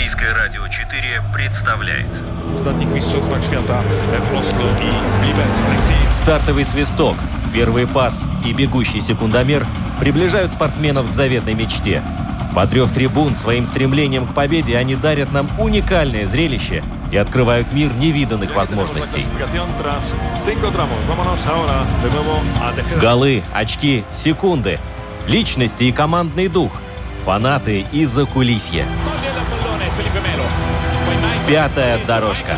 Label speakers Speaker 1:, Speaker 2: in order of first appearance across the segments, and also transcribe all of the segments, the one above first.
Speaker 1: Латвийское радио 4 представляет стартовый свисток, первый пас и бегущий секундомер приближают спортсменов к заветной мечте. Подрев трибун своим стремлением к победе, они дарят нам уникальное зрелище и открывают мир невиданных возможностей. Голы, очки, секунды, личности и командный дух, фанаты и закулисье. Пятая дорожка.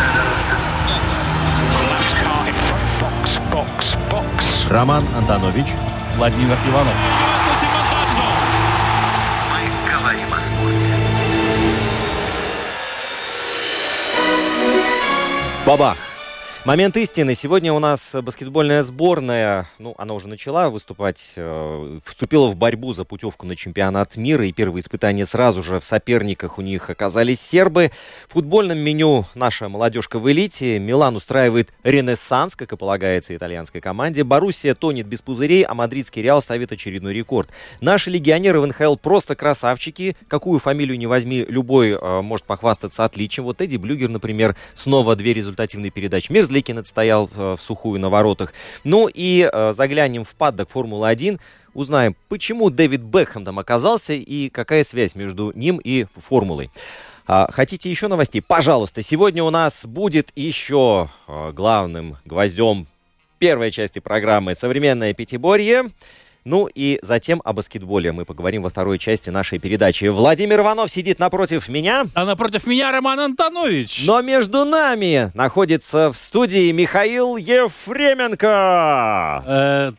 Speaker 1: Роман Антонович,
Speaker 2: Владимир Иванов.
Speaker 1: Мы говорим о спорте.
Speaker 3: Бабах! Момент истины. Сегодня у нас баскетбольная сборная, она уже начала выступать, вступила в борьбу за путевку на чемпионат мира, и первые испытания сразу же в соперниках у них оказались сербы. В футбольном меню наша молодежка в элите. Милан устраивает ренессанс, как и полагается итальянской команде. Боруссия тонет без пузырей, а мадридский Реал ставит очередной рекорд. Наши легионеры в НХЛ просто красавчики. Какую фамилию не возьми, любой может похвастаться отличием. Вот Эдди Блюгер, например, снова 2 результативные передачи. Мерзликин отстоял в сухую на воротах. Ну и заглянем в паддок Формулы-1. Узнаем, почему Дэвид Бекхэм там оказался и какая связь между ним и формулой. Хотите еще новостей? Пожалуйста. Сегодня у нас будет еще главным гвоздем первой части программы «Современное пятиборье». Ну и затем о баскетболе мы поговорим во второй части нашей передачи. Владимир Иванов сидит напротив меня.
Speaker 2: А напротив меня Роман Антонович.
Speaker 3: Но между нами находится в студии Михаил Ефременко.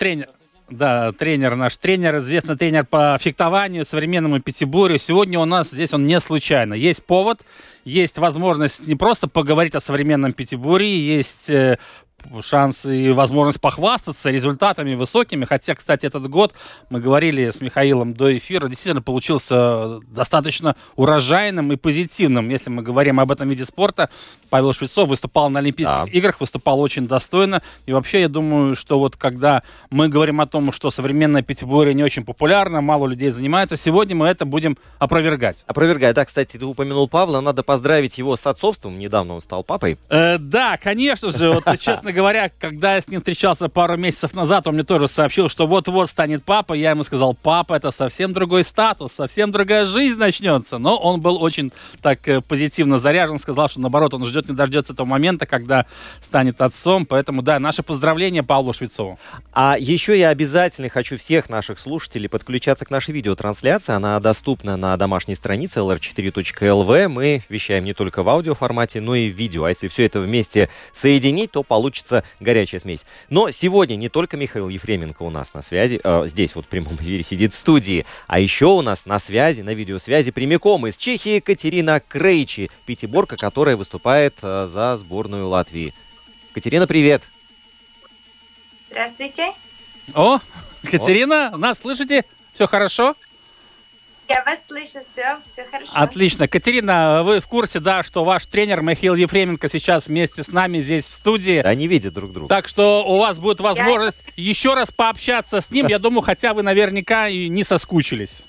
Speaker 2: Тренер, наш тренер, известный тренер по фехтованию, современному пятиборью. Сегодня у нас здесь он не случайно. Есть повод, есть возможность не просто поговорить о современном пятиборье, есть шанс и возможность похвастаться результатами высокими. Хотя, кстати, этот год, мы говорили с Михаилом до эфира, действительно получился достаточно урожайным и позитивным. Если мы говорим об этом виде спорта, Павел Швецов выступал на Олимпийских играх, выступал очень достойно. И вообще, я думаю, что вот когда мы говорим о том, что современное пятиборье не очень популярно, мало людей занимается, сегодня мы это будем опровергать.
Speaker 3: Да, кстати, ты упомянул Павла, надо поздравить его с отцовством. Недавно он стал папой.
Speaker 2: Да, конечно же, вот честно говоря, когда я с ним встречался пару месяцев назад, он мне тоже сообщил, что вот-вот станет папа. Я ему сказал, папа, это совсем другой статус, совсем другая жизнь начнется. Но он был очень так позитивно заряжен, сказал, что наоборот, он ждет не дождется того момента, когда станет отцом. Поэтому, да, наши поздравления Павлу Швецову.
Speaker 3: А еще я обязательно хочу всех наших слушателей подключаться к нашей видеотрансляции. Она доступна на домашней странице lr4.lv. Мы вещаем не только в аудиоформате, но и в видео. А если все это вместе соединить, то получится горячая смесь. Но сегодня не только Михаил Ефременко у нас на связи, здесь вот в прямом эфире сидит в студии, а еще у нас на связи, на видеосвязи прямиком из Чехии Катерина Крейчи, пятиборка, которая выступает за сборную Латвии. Катерина, привет!
Speaker 4: Здравствуйте.
Speaker 2: О, Катерина, нас слышите? Все хорошо?
Speaker 4: Я вас слышу, все хорошо.
Speaker 2: Отлично. Катерина, вы в курсе, да, что ваш тренер Михаил Ефременко сейчас вместе с нами здесь в студии?
Speaker 3: Они видят друг друга.
Speaker 2: Так что у вас будет возможность еще раз пообщаться с ним. Я думаю, хотя вы наверняка и не соскучились.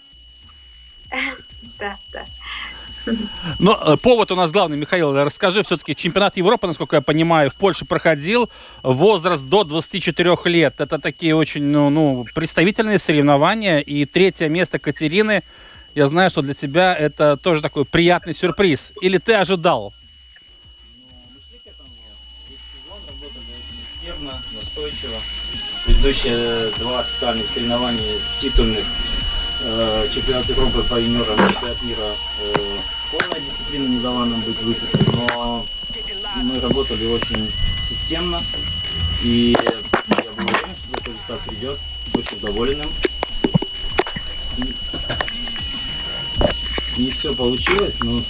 Speaker 4: Да.
Speaker 2: Но повод у нас главный, Михаил, расскажи, все-таки чемпионат Европы, насколько я понимаю, в Польше проходил, возраст до 24 лет. Это такие очень представительные соревнования, и 3-е место Катерины, я знаю, что для тебя это тоже такой приятный сюрприз. Или ты ожидал?
Speaker 5: Мы шли к этому весь сезон, работали очень усердно, настойчиво. Предыдущие 2 официальных соревнования титульных, чемпионат Европы по юниорам, чемпионат мира, полная дисциплина не дала нам быть высокой, но мы работали очень системно, и я был уверен, что такой результат придет, очень доволен им. Не все получилось, но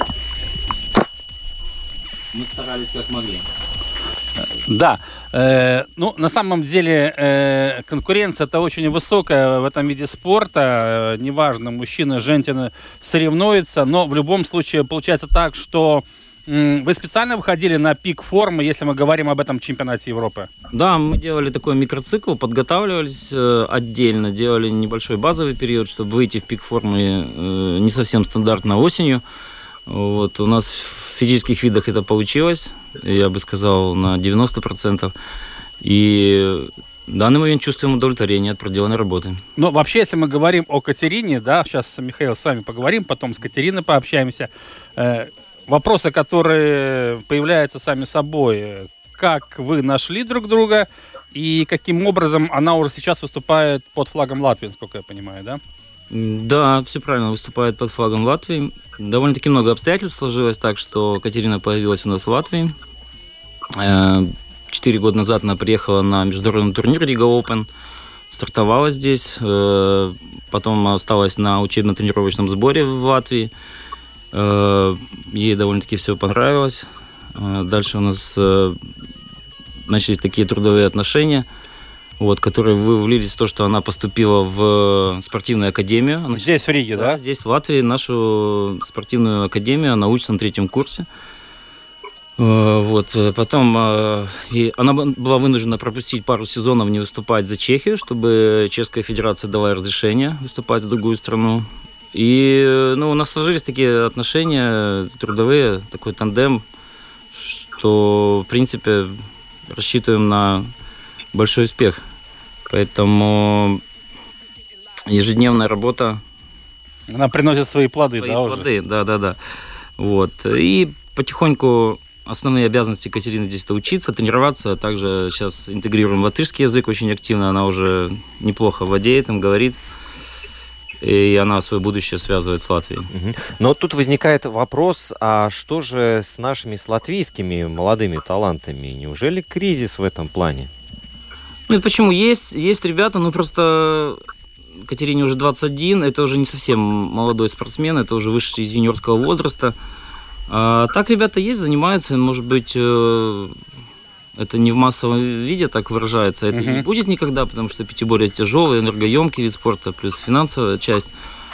Speaker 5: мы старались как могли.
Speaker 2: Да, на самом деле конкуренция это очень высокая в этом виде спорта, неважно, мужчины, женщины соревнуются, но в любом случае получается так, что Вы специально выходили на пик формы, если мы говорим об этом чемпионате Европы?
Speaker 5: Да, мы делали такой микроцикл, подготавливались отдельно, делали небольшой базовый период, чтобы выйти в пик формы не совсем стандартно осенью. Вот, у нас в физических видах это получилось, я бы сказал, на 90%. И в данный момент чувствуем удовлетворение от проделанной работы.
Speaker 2: Ну, вообще, если мы говорим о Катерине, да, сейчас, Михаил, с вами поговорим, потом с Катериной пообщаемся. Вопросы, которые появляются сами собой. Как вы нашли друг друга и каким образом она уже сейчас выступает под флагом Латвии, насколько я понимаю, да?
Speaker 5: Да, все правильно, выступает под флагом Латвии. Довольно-таки много обстоятельств сложилось так, что Катерина появилась у нас в Латвии. 4 года назад она приехала на международный турнир Рига Open, стартовала здесь, потом осталась на учебно-тренировочном сборе в Латвии. Ей довольно-таки все понравилось. Дальше у нас начались такие трудовые отношения, вот, которые влились в то, что она поступила в спортивную академию. Она
Speaker 2: здесь, в Риге, да?
Speaker 5: Здесь, в Латвии, нашу спортивную академию. Она учится на 3-м курсе. Вот. Потом и она была вынуждена пропустить пару сезонов, не выступать за Чехию, чтобы Чешская Федерация дала разрешение выступать в другую страну. И у нас сложились такие отношения трудовые, такой тандем, что, в принципе, рассчитываем на большой успех. Поэтому ежедневная работа...
Speaker 2: Она приносит свои плоды,
Speaker 5: свои
Speaker 2: да,
Speaker 5: плоды,
Speaker 2: уже?
Speaker 5: Да. Вот. И потихоньку основные обязанности Катерины здесь — это учиться, тренироваться. Также сейчас интегрируем латышский язык очень активно. Она уже неплохо владеет им, говорит. И она свое будущее связывает с Латвией.
Speaker 3: Но тут возникает вопрос, а что же с нашими, с латвийскими молодыми талантами? Неужели кризис в этом плане?
Speaker 5: Нет, почему? Есть ребята, просто Катерине уже 21, это уже не совсем молодой спортсмен, это уже вышедший из юниорского возраста. А так ребята есть, занимаются, может быть, это не в массовом виде так выражается, это не будет никогда, потому что пятиборье тяжелый, энергоемкий вид спорта, плюс финансовая часть.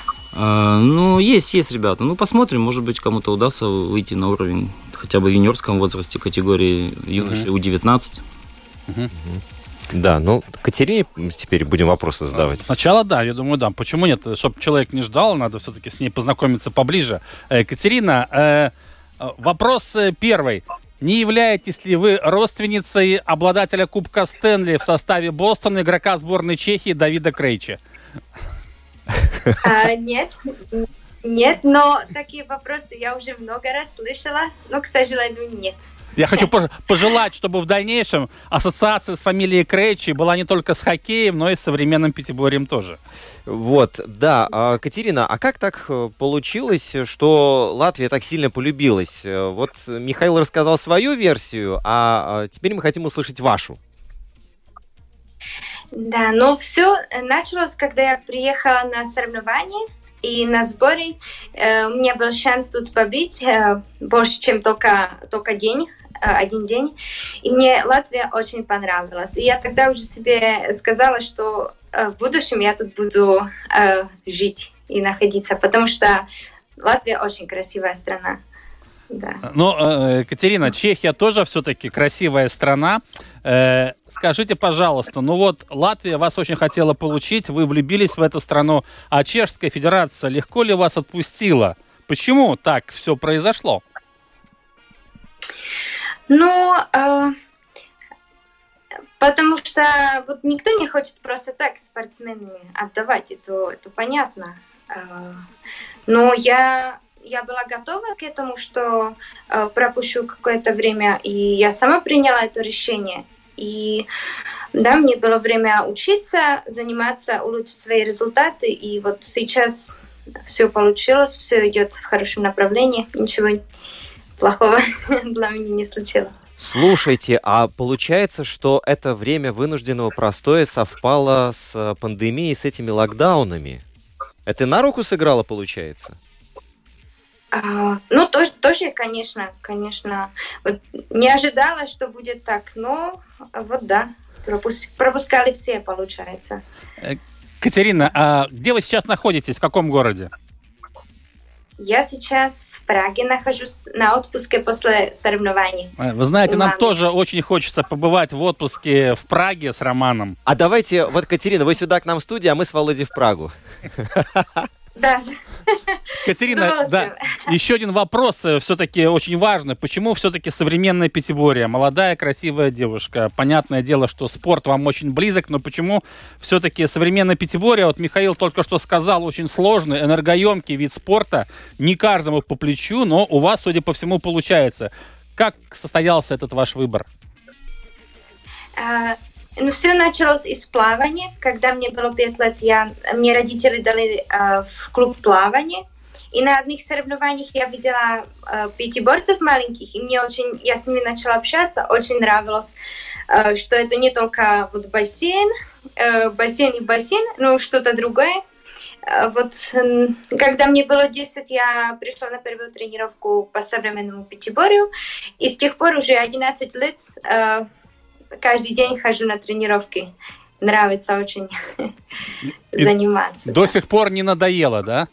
Speaker 5: Есть ребята. Посмотрим, может быть, кому-то удастся выйти на уровень хотя бы в юниорском возрасте категории юношей U19.
Speaker 3: Да, Катерине теперь будем вопросы задавать.
Speaker 2: Сначала да, я думаю, да. Почему нет? Чтобы человек не ждал, надо все-таки с ней познакомиться поближе. Катерина, вопрос первый. Не являетесь ли вы родственницей обладателя Кубка Стэнли в составе Бостона, игрока сборной Чехии Давида Крейча?
Speaker 4: Нет, но такие вопросы я уже много раз слышала, но, к сожалению, нет.
Speaker 2: Я хочу пожелать, чтобы в дальнейшем ассоциация с фамилией Крейчи была не только с хоккеем, но и с современным пятиборьем тоже.
Speaker 3: Вот, да. Катерина, а как так получилось, что Латвия так сильно полюбилась? Вот Михаил рассказал свою версию, а теперь мы хотим услышать вашу.
Speaker 4: Да, все началось, когда я приехала на соревнования. И на сборе у меня был шанс тут побить больше, чем только один день. И мне Латвия очень понравилась. И я тогда уже себе сказала, что в будущем я тут буду жить и находиться, потому что Латвия очень красивая страна. Да.
Speaker 2: Катерина, Чехия тоже все-таки красивая страна. Скажите, пожалуйста, Латвия вас очень хотела получить, вы влюбились в эту страну, а Чешская Федерация легко ли вас отпустила? Почему так все произошло?
Speaker 4: Потому что никто не хочет просто так спортсмены отдавать, это понятно. Но я была готова к этому, что пропущу какое-то время, и я сама приняла это решение. И да, мне было время учиться, заниматься, улучшить свои результаты, и сейчас все получилось, все идет в хорошем направлении, ничего плохого для меня не случилось.
Speaker 3: Слушайте, а получается, что это время вынужденного простоя совпало с пандемией, с этими локдаунами? Это на руку сыграло, получается?
Speaker 4: Тоже, конечно. Не ожидала, что будет так, но да, пропускали все, получается.
Speaker 2: Катерина, а где вы сейчас находитесь, в каком городе?
Speaker 4: Я сейчас в Праге нахожусь на отпуске после соревнований.
Speaker 2: Вы знаете, нам тоже очень хочется побывать в отпуске в Праге с Романом.
Speaker 3: А давайте, вот, Катерина, вы сюда к нам в студию, а мы с Володей в Прагу.
Speaker 4: Да.
Speaker 2: Катерина, да, еще один вопрос все-таки очень важный. Почему все-таки современная пятиборье? Молодая, красивая девушка. Понятное дело, что спорт вам очень близок, но почему все-таки современная пятиборье? Вот Михаил только что сказал, очень сложный, энергоемкий вид спорта. Не каждому по плечу, но у вас, судя по всему, получается. Как состоялся этот ваш выбор?
Speaker 4: Ну, все началось из плавания. Когда мне было 5 лет, мне родители дали в клуб плавания. И на одних соревнованиях я видела пятиборцев маленьких, и я с ними начала общаться. Очень нравилось, что это не только вот бассейн и бассейн, но что-то другое. Вот когда мне было 10, я пришла на первую тренировку по современному пятиборью. И с тех пор уже 11 лет каждый день хожу на тренировки. Нравится очень заниматься.
Speaker 2: До сих пор не надоело, да?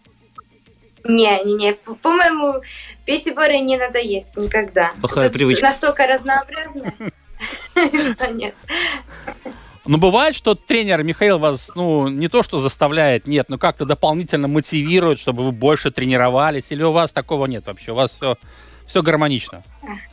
Speaker 4: Не. По-моему, пятиборье не надоест никогда.
Speaker 5: Плохая привычка.
Speaker 4: Настолько разнообразно, что нет.
Speaker 2: Ну, бывает, что тренер Михаил вас, не то что заставляет, нет, но как-то дополнительно мотивирует, чтобы вы больше тренировались, или у вас такого нет вообще? У вас все гармонично?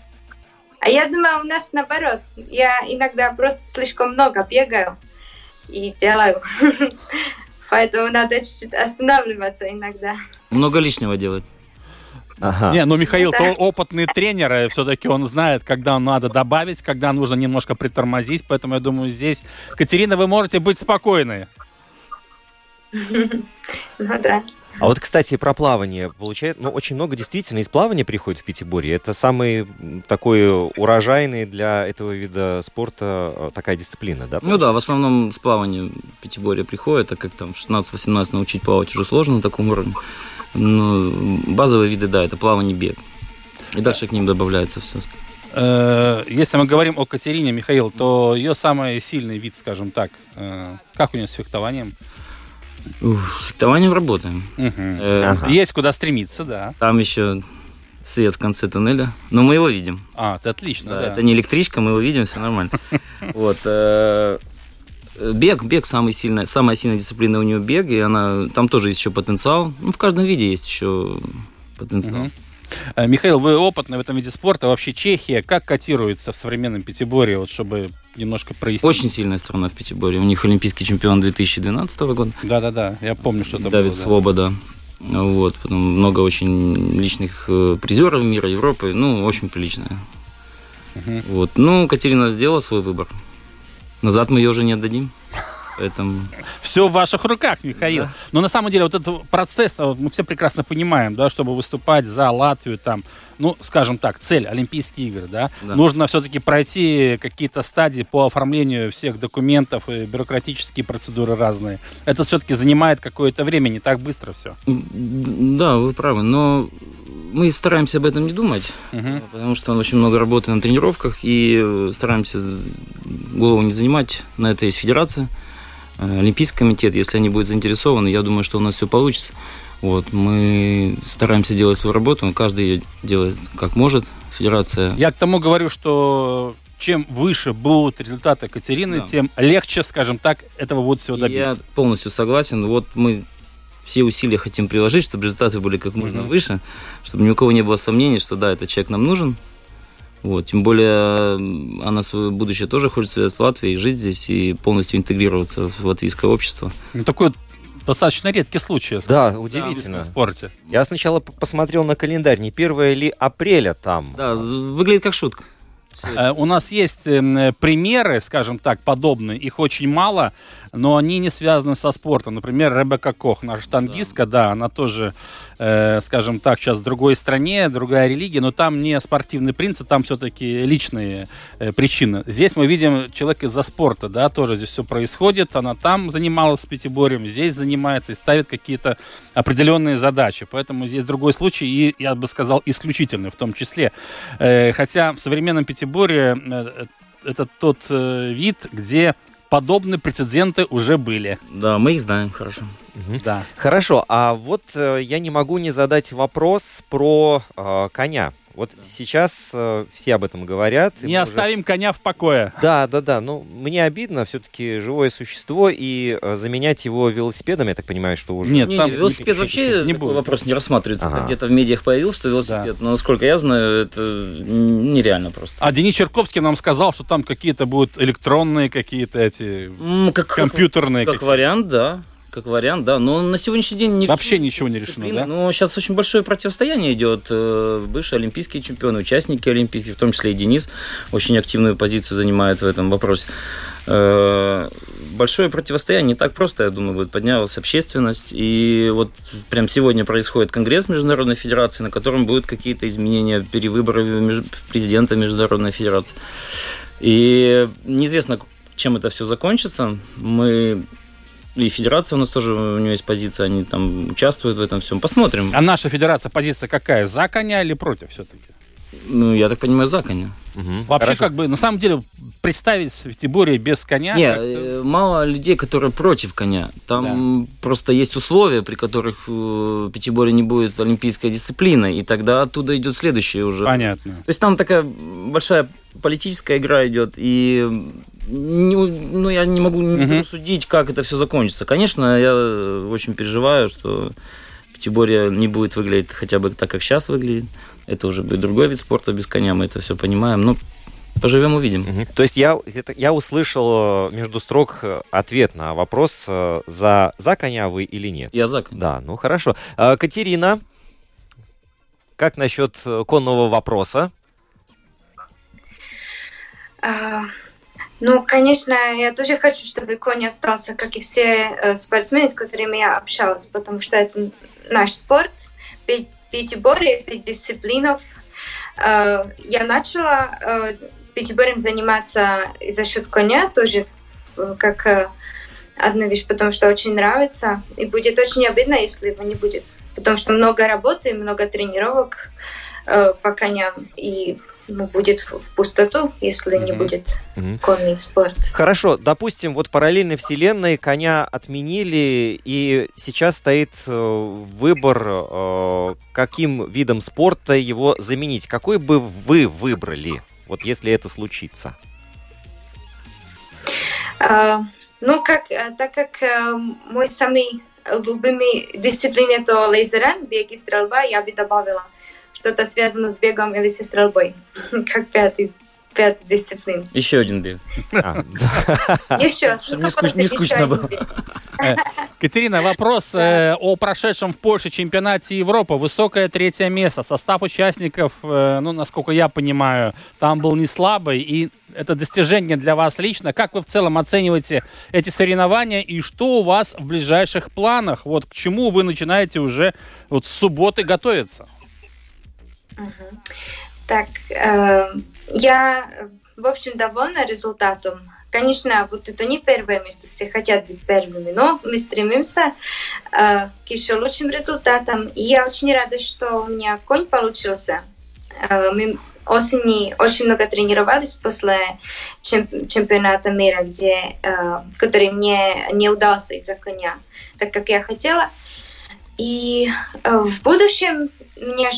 Speaker 4: А я думаю, у нас наоборот. Я иногда просто слишком много бегаю и делаю. Поэтому надо чуть-чуть останавливаться иногда.
Speaker 5: Много лишнего делать.
Speaker 3: Ага.
Speaker 2: Не, Михаил опытный тренер, и все-таки он знает, когда надо добавить, когда нужно немножко притормозить, поэтому я думаю, здесь, Катерина, вы можете быть спокойны.
Speaker 4: Ну да.
Speaker 3: А вот, кстати, про плавание. Получается, очень много действительно из плавания приходит в пятиборье. Это самый такой урожайный для этого вида спорта такая дисциплина, да?
Speaker 5: Ну да, в основном с плавания пятиборье приходит, так как там 16-18 научить плавать уже сложно на таком уровне. Но базовые виды, да, это плавание, бег. И дальше к ним добавляется все.
Speaker 2: Если мы говорим о Катерине, Михаил, то ее самый сильный вид, скажем так, как у нее с фехтованием?
Speaker 5: С фехтованием работаем.
Speaker 2: Есть куда стремиться, да.
Speaker 5: Там еще свет в конце туннеля, но мы его видим.
Speaker 2: Это отлично, да.
Speaker 5: Это не электричка, мы его видим, все нормально. Вот. Бег самая сильная дисциплина у нее бег, и там тоже есть еще потенциал. В каждом виде есть еще потенциал.
Speaker 2: Михаил, вы опытный в этом виде спорта. Вообще Чехия как котируется в современном пятиборье, вот чтобы немножко прояснить?
Speaker 5: Очень сильная страна в пятиборье. У них олимпийский чемпион 2012 года.
Speaker 2: Да, я помню, что это
Speaker 5: Давид
Speaker 2: было.
Speaker 5: Свобода. Вот. Потом много очень личных призеров мира, Европы. Очень приличная. Вот. Катерина сделала свой выбор. Назад мы ее уже не отдадим. Поэтому...
Speaker 2: Все в ваших руках, Михаил. Да. Но на самом деле вот этот процесс, мы все прекрасно понимаем, да, чтобы выступать за Латвию, там, скажем так, цель Олимпийские игры, да, нужно все-таки пройти какие-то стадии по оформлению всех документов и бюрократические процедуры разные. Это все-таки занимает какое-то время, не так быстро все.
Speaker 5: Да, вы правы, но мы стараемся об этом не думать, потому что очень много работы на тренировках, и стараемся голову не занимать. На это есть федерация, Олимпийский комитет. Если они будут заинтересованы, я думаю, что у нас все получится. Вот, мы стараемся делать свою работу, каждый ее делает как может, федерация.
Speaker 2: Я к тому говорю, что чем выше будут результаты Катерины, тем легче, скажем так, этого будет всего добиться.
Speaker 5: Я полностью согласен. Вот мы все усилия хотим приложить, чтобы результаты были как можно выше, чтобы ни у кого не было сомнений, что да, этот человек нам нужен. Вот. Тем более она свое будущее тоже хочет связать с Латвией, жить здесь и полностью интегрироваться в латвийское общество.
Speaker 2: Такой достаточно редкий случай.
Speaker 3: Да, удивительно.
Speaker 2: В спорте.
Speaker 3: Я сначала посмотрел на календарь, не 1 ли апреля там.
Speaker 5: Да, выглядит как шутка.
Speaker 2: У нас есть примеры, скажем так, подобные, их очень мало, но они не связаны со спортом. Например, Ребекка Кох, наша штангистка, она тоже, скажем так, сейчас в другой стране, другая религия, но там не спортивный принцип, там все-таки личные причины. Здесь мы видим человека из-за спорта, тоже здесь все происходит, она там занималась пятиборьем, здесь занимается и ставит какие-то определенные задачи, поэтому здесь другой случай, и, я бы сказал, исключительный в том числе. Хотя в современном пятиборье это тот вид, где подобные прецеденты уже были.
Speaker 5: Да, мы их знаем хорошо.
Speaker 2: Да.
Speaker 3: Хорошо, а вот я не могу не задать вопрос про коня. Вот сейчас все об этом говорят.
Speaker 2: Не оставим коня в покое.
Speaker 3: Да. Ну, мне обидно, все-таки живое существо, и заменять его велосипедом, я так понимаю, что уже...
Speaker 2: Нет, там
Speaker 5: велосипед вообще
Speaker 2: не
Speaker 5: такой
Speaker 2: будет.
Speaker 5: вопрос не рассматривается.
Speaker 3: Ага.
Speaker 5: Где-то в медиах появился, что велосипед, но, насколько я знаю, это нереально просто.
Speaker 2: А Денис Черковский нам сказал, что там какие-то будут электронные какие-то эти компьютерные.
Speaker 5: Как вариант, да. Но на сегодняшний день...
Speaker 2: Вообще ничего не решено, да?
Speaker 5: Ну, сейчас очень большое противостояние идет. Бывшие олимпийские чемпионы, участники олимпийских, в том числе и Денис, очень активную позицию занимает в этом вопросе. Большое противостояние, не так просто, я думаю, будет. Поднялась общественность. И вот прямо сегодня происходит конгресс Международной Федерации, на котором будут какие-то изменения, перевыборы президента Международной Федерации. И неизвестно, чем это все закончится. И федерация у нас тоже, у нее есть позиция, они там участвуют в этом всем. Посмотрим.
Speaker 2: А наша федерация позиция какая? За коня или против все-таки?
Speaker 5: Ну, я так понимаю, за коня.
Speaker 2: Вообще, как бы, на самом деле, представить Пятиборье без коня...
Speaker 5: Нет, мало людей, которые против коня. Там просто есть условия, при которых Пятиборье не будет олимпийской дисциплиной, и тогда оттуда идет следующее уже.
Speaker 2: Понятно.
Speaker 5: То есть там такая большая политическая игра идет, и я не могу судить, как это все закончится. Конечно, я очень переживаю, что Пятиборье не будет выглядеть хотя бы так, как сейчас выглядит. Это уже будет другой вид спорта без коня, мы это все понимаем. Ну, поживем, увидим.
Speaker 3: То есть я услышал между строк ответ на вопрос, за коня вы или нет.
Speaker 5: Я за коня.
Speaker 3: Да, ну хорошо. Катерина, как насчет конного вопроса?
Speaker 4: Ну, конечно, я тоже хочу, чтобы конь остался, как и все спортсмены, с которыми я общалась, потому что это наш спорт, пятиборье, 5 дисциплинов. Я начала пятиборьем заниматься за счет коня, тоже как одна вещь, потому что очень нравится. И будет очень обидно, если его не будет, потому что много работы, много тренировок по коням, и будет в пустоту, если не будет конный спорт.
Speaker 3: Хорошо, допустим, вот параллельной вселенной коня отменили, и сейчас стоит выбор, каким видом спорта его заменить. Какой бы вы выбрали, вот если это случится?
Speaker 4: Так как мой самый любимый дисциплин это лейзеран, бег и стрельба, я бы добавила что-то связано с бегом или со стрельбой, как пятый дисциплин.
Speaker 5: Еще один бег.
Speaker 4: Еще.
Speaker 5: Не скучно было.
Speaker 2: Катерина, вопрос о прошедшем в Польше чемпионате Европы. Высокое 3-е место. Состав участников, насколько я понимаю, там был не слабый. И это достижение для вас лично. Как вы в целом оцениваете эти соревнования? И что у вас в ближайших планах? Вот к чему вы начинаете уже с субботы готовиться?
Speaker 4: Так, я, в общем, довольна результатом. Конечно, вот это не первое место, все хотят быть первыми, но мы стремимся к еще лучшим результатам. И я очень рада, что у меня конь получился. Мы осенью очень много тренировались после чемпионата мира, который мне не удался из-за коня, так как я хотела. И в будущем меня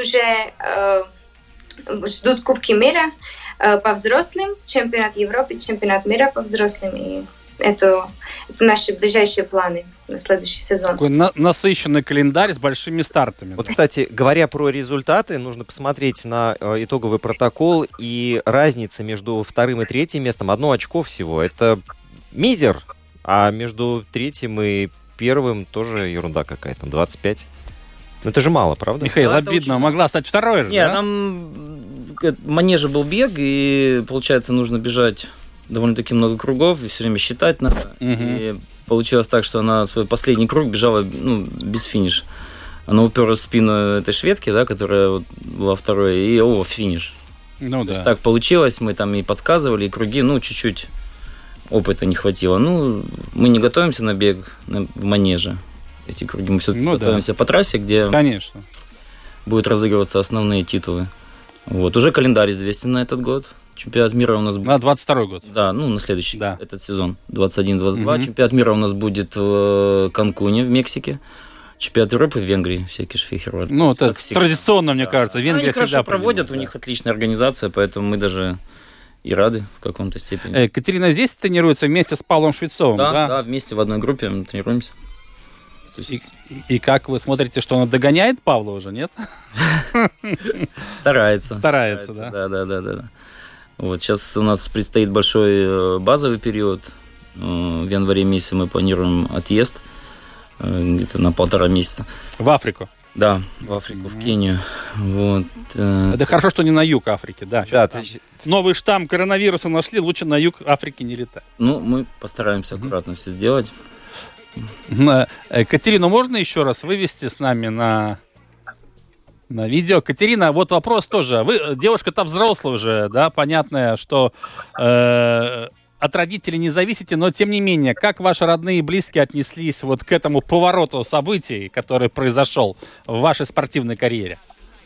Speaker 4: ждут Кубки мира по взрослым, чемпионат Европы, чемпионат мира по взрослым. И это наши ближайшие планы на следующий сезон.
Speaker 2: Такой насыщенный календарь с большими стартами.
Speaker 3: Вот, кстати, говоря про результаты, нужно посмотреть на итоговый протокол, и разница между 2-м и 3-м местом 1 очко всего. Это мизер, а между 3-м и 1-м тоже ерунда какая-то, там 25. Ну это же мало, правда?
Speaker 2: Михаил,
Speaker 5: Да,
Speaker 2: обидно,
Speaker 5: очень...
Speaker 2: могла стать 2-й же,
Speaker 5: Нет,
Speaker 2: да?
Speaker 5: там в манеже был бег, и, получается, нужно бежать довольно-таки много кругов, и все время считать надо. И получилось так, что она свой последний круг бежала без финиша. Она уперлась в спину этой шведки, да, которая была 2-й, и финиш.
Speaker 2: Ну
Speaker 5: То
Speaker 2: да.
Speaker 5: есть так получилось, мы там и подсказывали, и круги, чуть-чуть опыта не хватило. Мы не готовимся на бег в манеже. Эти круги мы все-таки готовимся по трассе, где будут разыгрываться основные титулы. Вот. Уже календарь известен на этот год. Чемпионат мира у нас...
Speaker 2: На 22-й год.
Speaker 5: Да, на следующий, этот сезон, 21-22. Чемпионат мира у нас будет в Канкуне, в Мексике. Чемпионат Европы в Венгрии, все Кишфихер.
Speaker 2: Это традиционно, мне кажется. Венгрия всегда
Speaker 5: хорошо проводят, у них отличная организация, поэтому мы даже и рады в каком-то степени.
Speaker 2: Катерина здесь тренируется вместе с Павлом Швецовым, да?
Speaker 5: Да, вместе в одной группе мы тренируемся.
Speaker 2: И как вы смотрите, что он догоняет Павла уже, нет?
Speaker 5: Старается,
Speaker 2: да?
Speaker 5: Да. Вот, сейчас у нас предстоит большой базовый период. В январе месяце мы планируем отъезд где-то на 1,5 месяца.
Speaker 2: В Африку?
Speaker 5: Да, в Африку, в Кению. Вот.
Speaker 2: Это хорошо, что не на юг Африки, да.
Speaker 3: Да,
Speaker 2: новый штамм коронавируса нашли, лучше на юг Африки не летать.
Speaker 5: Мы постараемся аккуратно все сделать.
Speaker 2: Катерину можно еще раз вывести с нами на видео? Катерина, вот вопрос тоже. Вы девушка-то взрослая уже, да, понятно, что от родителей не зависите, но тем не менее, как ваши родные и близкие отнеслись вот к этому повороту событий, который произошел в вашей спортивной карьере?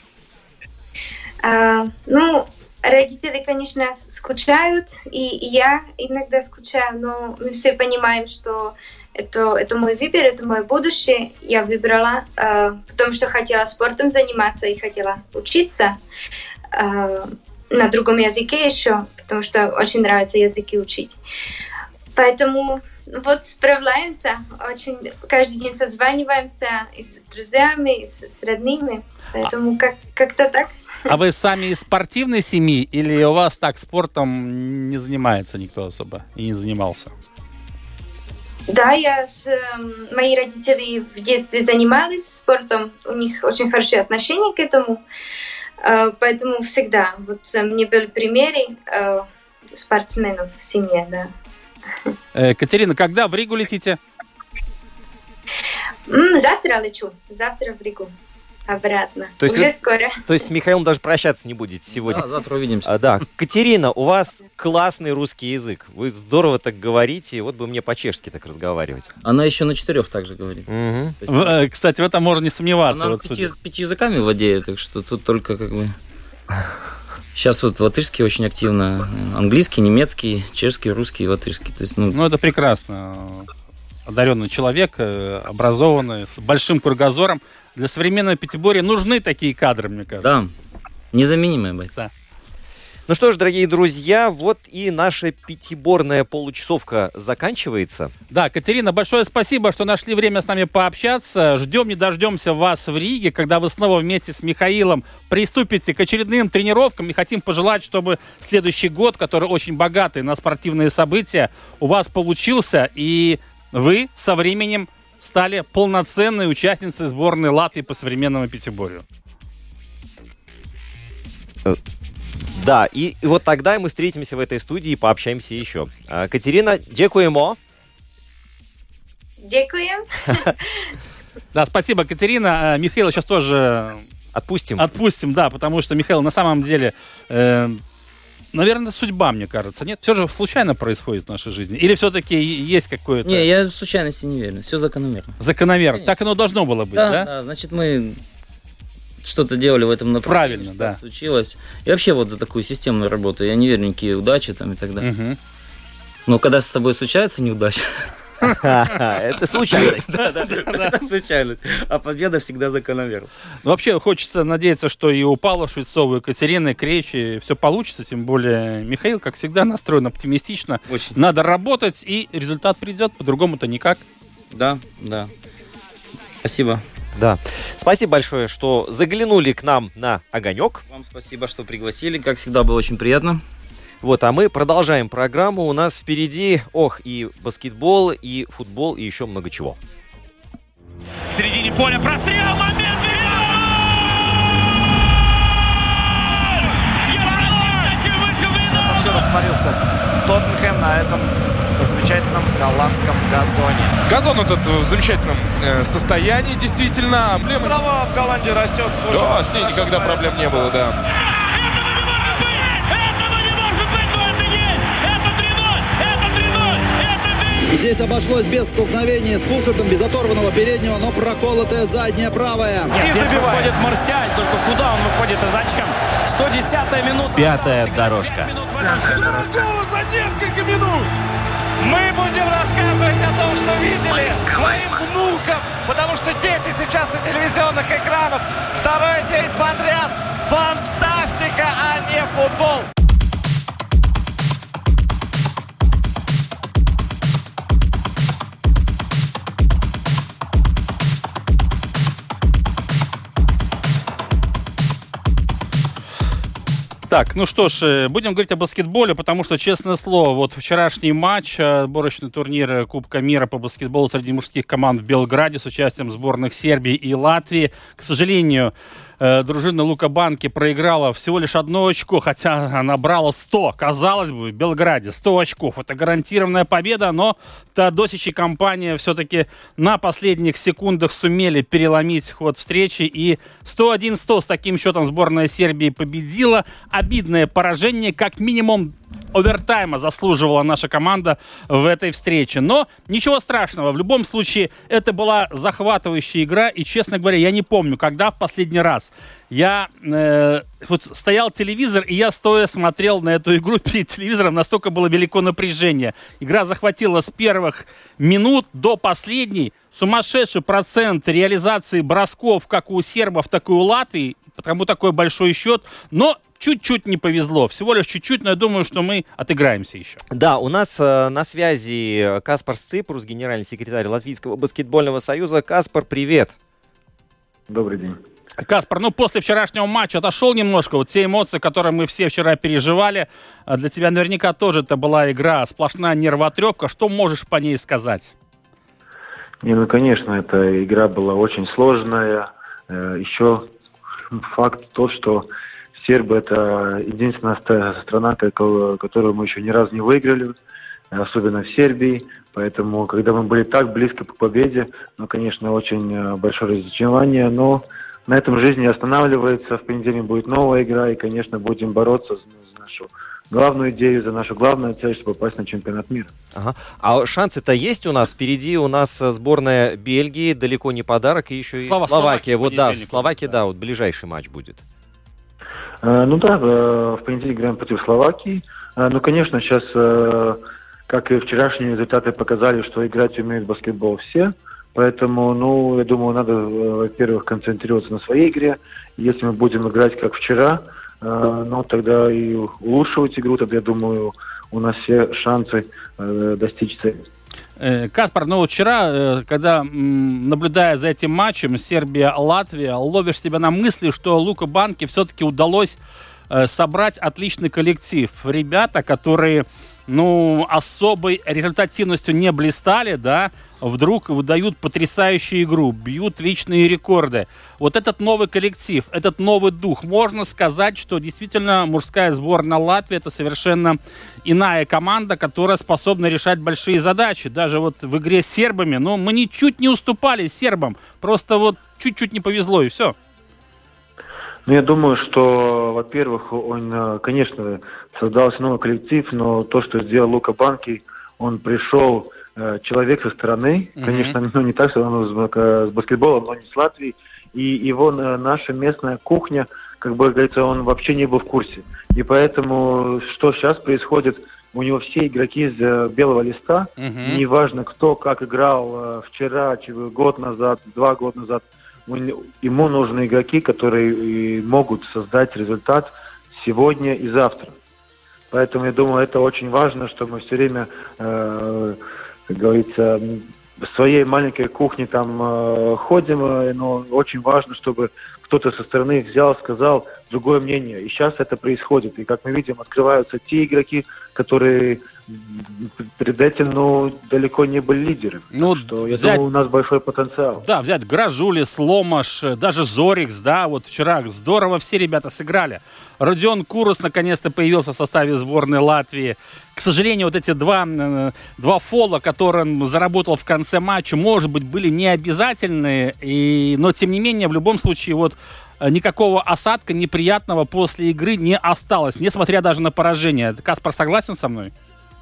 Speaker 4: Родители, конечно, скучают, и я иногда скучаю, но мы все понимаем, что это мой выбор, это мое будущее. Я выбрала, потому что хотела спортом заниматься и хотела учиться на другом языке еще, потому что очень нравится языки учить. Поэтому справляемся, очень каждый день созваниваемся и с друзьями, и с родными, поэтому как-то так.
Speaker 2: А вы сами из спортивной семьи или у вас так спортом не занимается никто особо и не занимался?
Speaker 4: Да, мои родители в детстве занимались спортом, у них очень хорошие отношения к этому, поэтому всегда мне были примеры спортсменов в семье, да.
Speaker 2: Катерина, когда в Ригу летите?
Speaker 4: Завтра лечу, завтра в Ригу. Обратно. Уже скоро.
Speaker 3: То есть с Михаилом даже прощаться не будете сегодня?
Speaker 5: Да, завтра увидимся.
Speaker 3: Да. Катерина, у вас классный русский язык. Вы здорово так говорите. Вот бы мне по-чешски так разговаривать.
Speaker 5: Она еще на 4 также говорит.
Speaker 2: Кстати, в этом можно не сомневаться.
Speaker 5: Она 5 языками владеет, так что тут только Сейчас латышский очень активно. Английский, немецкий, чешский, русский, латышский. То есть,
Speaker 2: это прекрасно. Одаренный человек, образованный, с большим кругозором. Для современного пятиборья нужны такие кадры, мне кажется.
Speaker 5: Да, незаменимые бойцы.
Speaker 3: Ну что ж, дорогие друзья, вот и наша пятиборная получасовка заканчивается.
Speaker 2: Да, Катерина, большое спасибо, что нашли время с нами пообщаться. Ждем не дождемся вас в Риге, когда вы снова вместе с Михаилом приступите к очередным тренировкам. И хотим пожелать, чтобы следующий год, который очень богатый на спортивные события, у вас получился, и вы со временем стали полноценной участницей сборной Латвии по современному пятиборью.
Speaker 3: Да, и вот тогда мы встретимся в этой студии и пообщаемся еще. Катерина, дякуємо.
Speaker 4: Дякуем.
Speaker 2: Да, спасибо, Катерина. Михаила сейчас тоже отпустим, да, потому что Михаил на самом деле... Наверное, судьба, мне кажется. Нет, все же случайно происходит в нашей жизни. Или все-таки есть какое-то...
Speaker 5: Не, я в случайности не верю. Все закономерно.
Speaker 2: Закономерно. Конечно. Так оно должно было быть, да?
Speaker 5: Да, значит, мы что-то делали в этом направлении.
Speaker 2: Правильно, да.
Speaker 5: Случилось. И вообще за такую системную работу я не верю в никакие удачи там и так далее. Угу. Но когда с собой случается неудача...
Speaker 3: Это случайность.
Speaker 5: Да, это случайность. А победа всегда закономерна.
Speaker 2: Вообще хочется надеяться, что и у Павла Швецова, и у Катерины Кречи все получится. Тем более Михаил, как всегда, настроен оптимистично.
Speaker 5: Очень.
Speaker 2: Надо работать, и результат придет. По-другому-то никак.
Speaker 5: Да. Спасибо.
Speaker 3: Да. Спасибо большое, что заглянули к нам на огонек.
Speaker 5: Вам спасибо, что пригласили. Как всегда, было очень приятно.
Speaker 3: Вот, а мы продолжаем программу. У нас впереди, и баскетбол, и футбол, и еще много чего.
Speaker 6: В середине поля прострел, момент!
Speaker 7: Вообще растворился Тоттенхэм на этом замечательном голландском газоне.
Speaker 8: Газон этот в замечательном состоянии, действительно. Эмблема...
Speaker 7: Трава в Голландии растет.
Speaker 8: Да, с ней никогда проблем не было, да.
Speaker 9: Здесь обошлось без столкновения с Кулхардом, без оторванного переднего, но проколотая задняя правая.
Speaker 10: Нет, здесь выходит Марсиаль, только куда он выходит и зачем? 110-я минута.
Speaker 1: Пятая дорожка.
Speaker 8: Два гола за несколько минут!
Speaker 7: Мы будем рассказывать о том, что видели своим внукам, потому что дети сейчас у телевизионных экранов. Второй день подряд. Фантастика, а не футбол.
Speaker 2: Так, ну что ж, будем говорить о баскетболе, потому что, честное слово, вот вчерашний матч, отборочный турнир Кубка мира по баскетболу среди мужских команд в Белграде с участием сборных Сербии и Латвии. К сожалению, дружина Лука Банки проиграла всего лишь 1 очко, хотя она набрала 100. Казалось бы, в Белграде 100 очков. Это гарантированная победа, но Теодосич и компания все-таки на последних секундах сумели переломить ход встречи. И 101-100 с таким счетом сборная Сербии победила. Обидное поражение, как минимум овертайма заслуживала наша команда в этой встрече. Но ничего страшного. В любом случае, это была захватывающая игра. И, честно говоря, я не помню, когда в последний раз я вот стоял телевизор, и я стоя смотрел на эту игру перед телевизором. Настолько было велико напряжение. Игра захватила с первых минут до последней. Сумасшедший процент реализации бросков как у сербов, так и у Латвии. Потому такой большой счет. Но чуть-чуть не повезло. Всего лишь чуть-чуть, но я думаю, что мы отыграемся еще.
Speaker 3: Да, у нас на связи Каспар Сципрус, генеральный секретарь Латвийского баскетбольного союза. Каспар, привет.
Speaker 11: Добрый день.
Speaker 2: Каспар, ну после вчерашнего матча отошел немножко. Вот те эмоции, которые мы все вчера переживали, для тебя наверняка тоже это была игра, сплошная нервотрепка. Что можешь по ней сказать?
Speaker 11: Ну, конечно, эта игра была очень сложная. Еще факт тот, что сербы — это единственная страна, которую мы еще ни разу не выиграли, особенно в Сербии. Поэтому, когда мы были так близко к победе, ну, конечно, очень большое разочарование. Но на этом жизнь не останавливается. В понедельник будет новая игра, и, конечно, будем бороться за нашу главную идею, за нашу главную цель, чтобы попасть на чемпионат мира.
Speaker 3: Ага. А шансы-то есть у нас? Впереди у нас сборная Бельгии, далеко не подарок, и еще и Словакия. Вот да, в Словакии, да, вот ближайший матч будет.
Speaker 11: Ну да, в понедельник играем против Словакии. Ну, конечно, сейчас, как и вчерашние результаты показали, что играть умеют в баскетбол все. Поэтому, ну, я думаю, надо, во-первых, концентрироваться на своей игре. Если мы будем играть как вчера, ну, тогда и улучшивать игру, тогда, я думаю, у нас все шансы достичь цели.
Speaker 2: Каспар, ну вот вчера, когда, наблюдая за этим матчем Сербия-Латвия, ловишь себя на мысли, что Лука Банки все-таки удалось собрать отличный коллектив. Ребята, которые, ну, особой результативностью не блистали, да, вдруг выдают потрясающую игру, бьют личные рекорды. Вот этот новый коллектив, этот новый дух, можно сказать, что действительно мужская сборная Латвии — это совершенно иная команда, которая способна решать большие задачи. Даже вот в игре с сербами, но мы ничуть не уступали сербам, просто вот чуть-чуть не повезло, и все.
Speaker 11: Ну, я думаю, что, во-первых, он, конечно, создался новый коллектив, но то, что сделал Лука Банки, он пришел человек со стороны, конечно, ну, не так, что он с баскетболом, но не с Латвией, и его наша местная кухня, как бы говорится, он вообще не был в курсе. И поэтому, что сейчас происходит, у него все игроки с белого листа, неважно кто как играл вчера, год назад, 2 года назад, ему нужны игроки, которые могут создать результат сегодня и завтра. Поэтому, я думаю, это очень важно, что мы все время, как говорится, в своей маленькой кухне там ходим, но очень важно, чтобы кто-то со стороны взял, сказал другое мнение. И сейчас это происходит. И, как мы видим, открываются те игроки, которые перед этим, ну, далеко не были лидерами. Ну, что, я думаю, у нас большой потенциал.
Speaker 2: Да, взять Гражулис, Ломаш, даже Зорикс, да, вот вчера здорово все ребята сыграли. Родион Курус наконец-то появился в составе сборной Латвии. К сожалению, вот эти два фола, которые он заработал в конце матча, может быть, были необязательные, но, тем не менее, в любом случае, вот никакого осадка неприятного после игры не осталось, несмотря даже на поражение. Каспар, согласен со мной?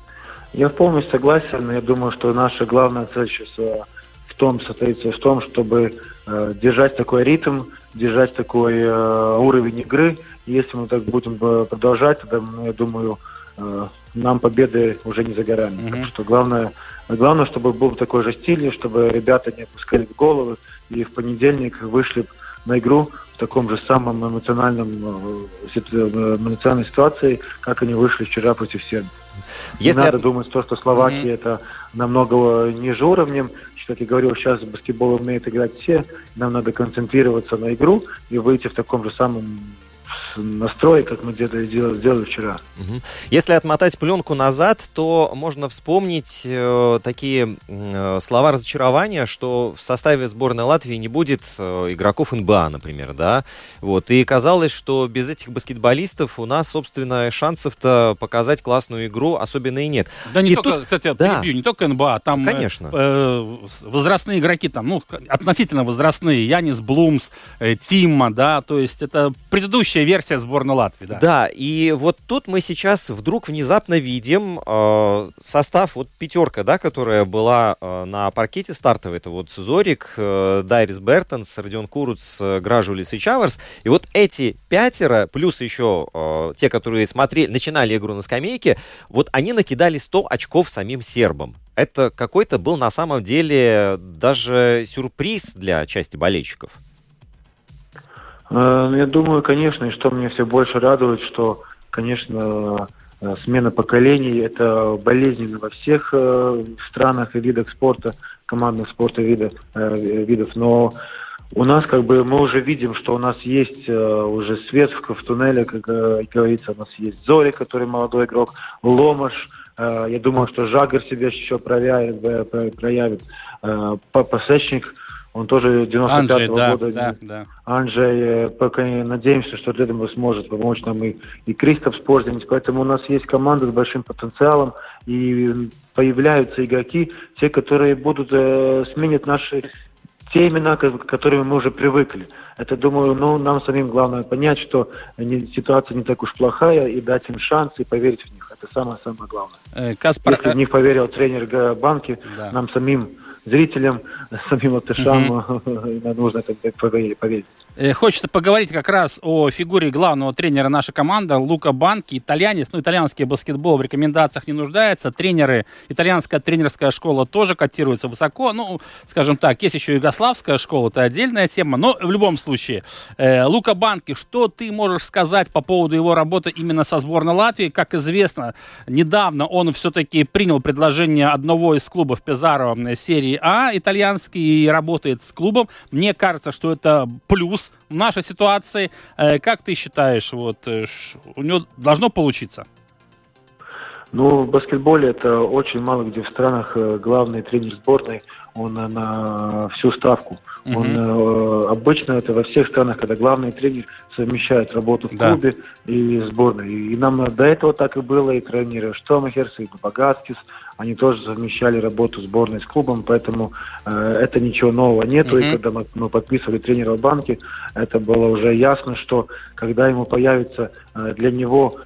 Speaker 11: Я полностью согласен. Я думаю, что наша главная цель сейчас состоится в том, чтобы держать такой ритм, держать такой уровень игры. Если мы так будем продолжать, тогда, я думаю, нам победы уже не за горами. Так что главное, чтобы был такой же стиль, чтобы ребята не опускали головы и в понедельник вышли на игру в таком же самом эмоциональной ситуации, как они вышли вчера против Сербии. Не надо думать, что Словакия это намного ниже уровнем. Как я говорил, сейчас в баскетбол умеют играть все. Нам надо концентрироваться на игру и выйти в таком же самом настрое, как мы сделали вчера.
Speaker 3: Если отмотать пленку назад, то можно вспомнить такие слова разочарования, что в составе сборной Латвии не будет игроков НБА, например, да? Вот. И казалось, что без этих баскетболистов у нас, собственно, шансов-то показать классную игру особенно и нет.
Speaker 2: Да не только, кстати, перебью, не только НБА, там
Speaker 3: конечно.
Speaker 2: Возрастные игроки, там, относительно возрастные, Янис Блумс, Тимма, да, то есть это предыдущая версия сборной Латвии, да.
Speaker 3: Да, и вот тут мы сейчас вдруг внезапно видим состав, вот пятерка, да, которая была на паркете стартовой, это вот Зорик, Дайрис Бертонс, Родион Куруц, Гражулис и Чаварс, и вот эти пятеро, плюс еще те, которые начинали игру на скамейке, вот они накидали 100 очков самим сербам. Это какой-то был на самом деле даже сюрприз для части болельщиков.
Speaker 11: Я думаю, конечно, и что меня все больше радует, что, конечно, смена поколений – это болезненно во всех странах и видах спорта, командных спорта видов, но у нас мы уже видим, что у нас есть уже свет в туннеле, как говорится, у нас есть Зори, который молодой игрок, Ломаш, я думаю, что Жагар себя еще проявит, Пасечник, он тоже 95-го года. Да. Анджей, пока надеемся, что Ледом сможет помочь нам и Кристоф Спорзинец. Поэтому у нас есть команда с большим потенциалом, и появляются игроки, те, которые будут сменить те имена, к которым мы уже привыкли. Это, думаю, нам самим главное понять, что ситуация не так уж плохая, и дать им шанс, и поверить в них. Это самое-самое главное.
Speaker 2: Каспар...
Speaker 11: Если в них поверил тренер банки, да. Нам самим зрителям, самим латышам нужно поверить.
Speaker 2: Хочется поговорить как раз о фигуре главного тренера нашей команды, Лука Банки, итальянец. Итальянский баскетбол в рекомендациях не нуждается. Итальянская тренерская школа тоже котируется высоко. Скажем так, есть еще югославская школа, это отдельная тема. Но в любом случае, Лука Банки, что ты можешь сказать по поводу его работы именно со сборной Латвии? Как известно, недавно он все-таки принял предложение одного из клубов Пезаро серии А, итальянский, и работает с клубом. Мне кажется, что это плюс в нашей ситуации. Как ты считаешь, у него должно получиться?
Speaker 11: В баскетболе это очень мало где в странах главный тренер сборной, он на всю ставку. Обычно это во всех странах, когда главный тренер совмещает работу в клубе и сборной. И нам до этого так и было, и тренеры Штомахерс, и Багаскис, они тоже совмещали работу сборной с клубом, поэтому это ничего нового нету. И когда мы подписывали тренера банки, это было уже ясно, что когда ему появится для него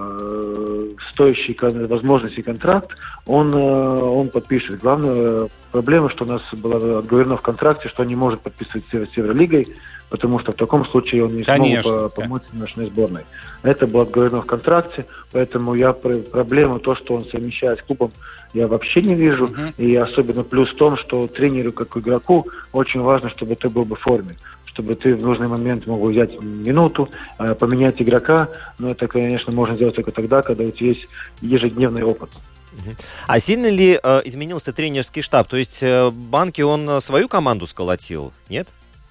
Speaker 11: стоящий возможности контракт, он подпишет. Главная проблема, что у нас было отговорено в контракте, что он не может подписывать с Евролигой, потому что в таком случае он не смог помочь нашей сборной. Это было отговорено в контракте, поэтому проблему то, что он совмещает с клубом, я вообще не вижу. И особенно плюс в том, что тренеру, как игроку, очень важно, чтобы ты был в форме, чтобы ты в нужный момент мог взять минуту, поменять игрока. Но это, конечно, можно сделать только тогда, когда у тебя есть ежедневный опыт.
Speaker 3: А сильно ли изменился тренерский штаб? То есть Банки он свою команду сколотил, нет?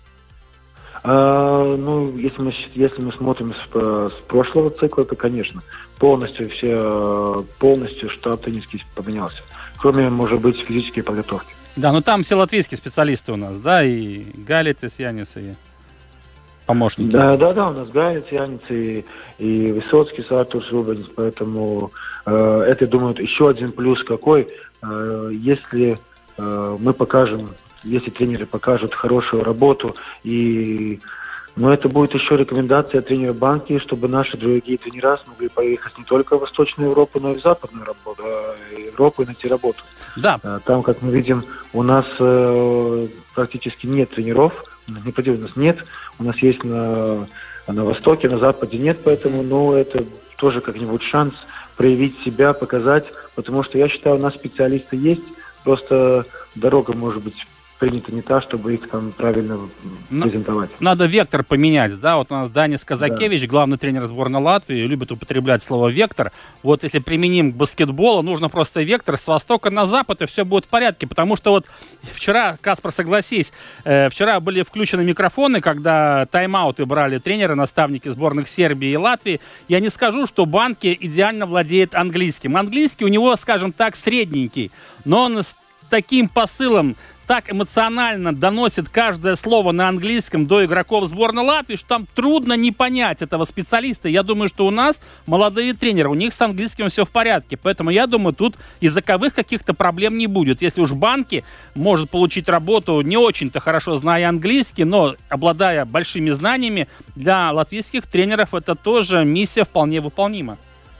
Speaker 11: Если мы смотрим с прошлого цикла, то, конечно, полностью штаб тренерский поменялся. Кроме, может быть, физической подготовки.
Speaker 2: Да, там все латвийские специалисты у нас, да, и Галитис, Янис, и помощники.
Speaker 11: Да, у нас Галитис, Янис и Высоцкий, Артур Рубенс, поэтому это, думаю, еще один плюс какой, если мы покажем, если тренеры покажут хорошую работу и Но это будет еще рекомендация тренера банки, чтобы наши другие тренера смогли поехать не только в Восточную Европу, но и в Западную Европу и найти работу.
Speaker 2: Да.
Speaker 11: Там, как мы видим, у нас практически нет тренеров, у нас нет, у нас есть на Востоке, на Западе нет, поэтому, это тоже как-нибудь шанс проявить себя, показать, потому что я считаю, у нас специалисты есть, просто дорога может быть принята не та, чтобы их там правильно презентовать.
Speaker 2: Надо вектор поменять, да? Вот у нас Данис Казакевич, главный тренер сборной Латвии, любит употреблять слово «вектор». Вот если применим к баскетболу, нужно просто вектор с востока на запад, и все будет в порядке. Потому что вот вчера, Каспар, согласись, вчера были включены микрофоны, когда тайм-ауты брали тренеры, наставники сборных Сербии и Латвии. Я не скажу, что Банки идеально владеет английским. Английский у него, скажем так, средненький, но он с таким посылом, так эмоционально доносит каждое слово на английском до игроков сборной Латвии, что там трудно не понять этого специалиста. Я думаю, что у нас молодые тренеры, у них с английским все в порядке. Поэтому я думаю, тут языковых каких-то проблем не будет. Если уж Банки может получить работу, не очень-то хорошо зная английский, но обладая большими знаниями, для латвийских тренеров это тоже миссия вполне выполнима.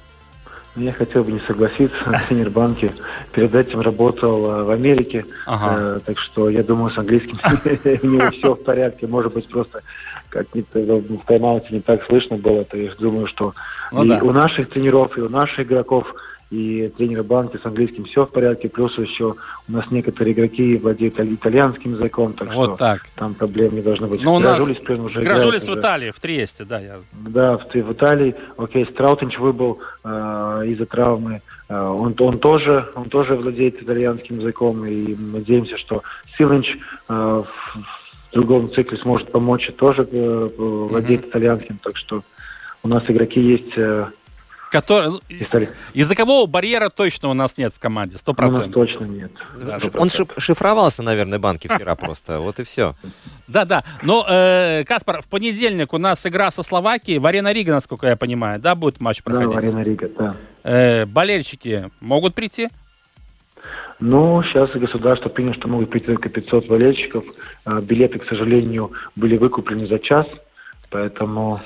Speaker 11: Я хотел бы не согласиться, тренер Банки перед этим работал в Америке, так что я думаю, с английским у него все в порядке, может быть, просто как-то в тайм-ауте не так слышно было, то я думаю, что у наших тренеров, и у наших игроков, и тренера Банки с английским все в порядке, плюс еще у нас некоторые игроки владеют итальянским языком, так
Speaker 2: вот
Speaker 11: что
Speaker 2: так.
Speaker 11: Там проблем не должно быть.
Speaker 2: Но у нас Гражулис в Италии, в Триесте, да.
Speaker 11: Да, в Италии. Окей, Страутинч выбыл из-за травмы. Он тоже владеет итальянским языком, и надеемся, что Силинч в другом цикле сможет помочь и тоже владеет итальянским, так что у нас игроки есть...
Speaker 2: Языкового барьера точно у нас нет в команде, 100%.
Speaker 11: У нас точно нет.
Speaker 3: Да, он шифровался, наверное, Банки вчера просто, вот и все.
Speaker 2: Да. Но, Каспар, в понедельник у нас игра со Словакией в Арена Рига, насколько я понимаю, да, будет матч проходить?
Speaker 11: Да, в Арена Рига, да.
Speaker 2: Болельщики могут прийти?
Speaker 11: Сейчас государство приняло, что могут прийти только 500 болельщиков. Билеты, к сожалению, были выкуплены за час, поэтому...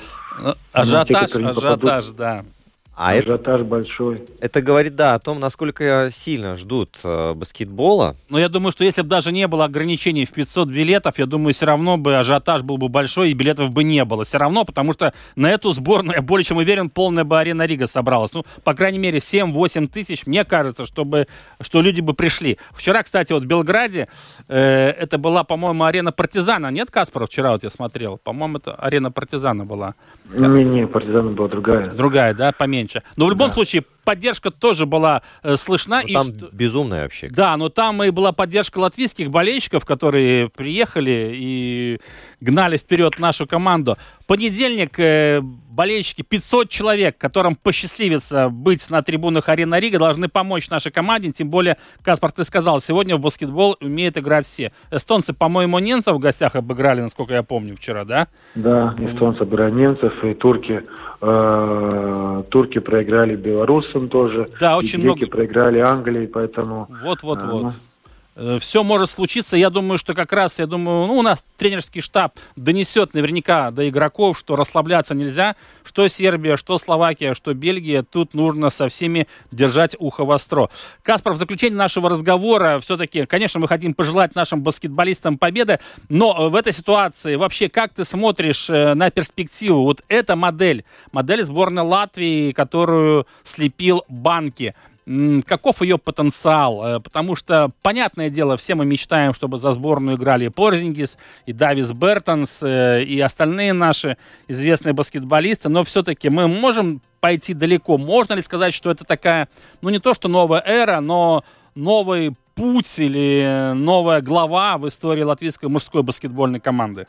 Speaker 2: Ажиотаж, да.
Speaker 11: Ажиотаж большой.
Speaker 3: Это говорит, о том, насколько сильно ждут баскетбола.
Speaker 2: Но я думаю, что если бы даже не было ограничений в 500 билетов, я думаю, все равно бы ажиотаж был бы большой, и билетов бы не было. Все равно, потому что на эту сборную, я более чем уверен, полная бы Арена Рига собралась. По крайней мере, 7-8 тысяч, мне кажется, что люди бы пришли. Вчера, кстати, в Белграде, это была, по-моему, Арена Партизана. Нет, Каспар, вчера я смотрел? По-моему, это Арена Партизана была.
Speaker 11: Не, Партизана была другая.
Speaker 2: Другая, да, поменьше. Но в любом случае поддержка тоже была слышна.
Speaker 3: Там безумная вообще.
Speaker 2: Да, но там и была поддержка латвийских болельщиков, которые приехали и гнали вперед нашу команду. Понедельник болельщики, 500 человек, которым посчастливится быть на трибунах Арена Рига, должны помочь нашей команде. Тем более, Каспар, ты сказал, сегодня в баскетбол умеют играть все. Эстонцы, по-моему, немцев в гостях обыграли, насколько я помню, вчера, да?
Speaker 11: Да, эстонцы обыграли немцев, и турки проиграли белорусам тоже.
Speaker 2: Да, очень много.
Speaker 11: Проиграли Англии, поэтому...
Speaker 2: Вот. Все может случиться. Я думаю, что у нас тренерский штаб донесет наверняка до игроков, что расслабляться нельзя. Что Сербия, что Словакия, что Бельгия. Тут нужно со всеми держать ухо востро. Каспар, в заключение нашего разговора все-таки, конечно, мы хотим пожелать нашим баскетболистам победы, но в этой ситуации вообще как ты смотришь на перспективу? Вот эта модель сборной Латвии, которую слепил Банки. Каков ее потенциал? Потому что, понятное дело, все мы мечтаем, чтобы за сборную играли и Порзингис, и Давис Бертонс, и остальные наши известные баскетболисты, но все-таки мы можем пойти далеко. Можно ли сказать, что это такая, не то что новая эра, но новый путь или новая глава в истории латвийской мужской баскетбольной команды?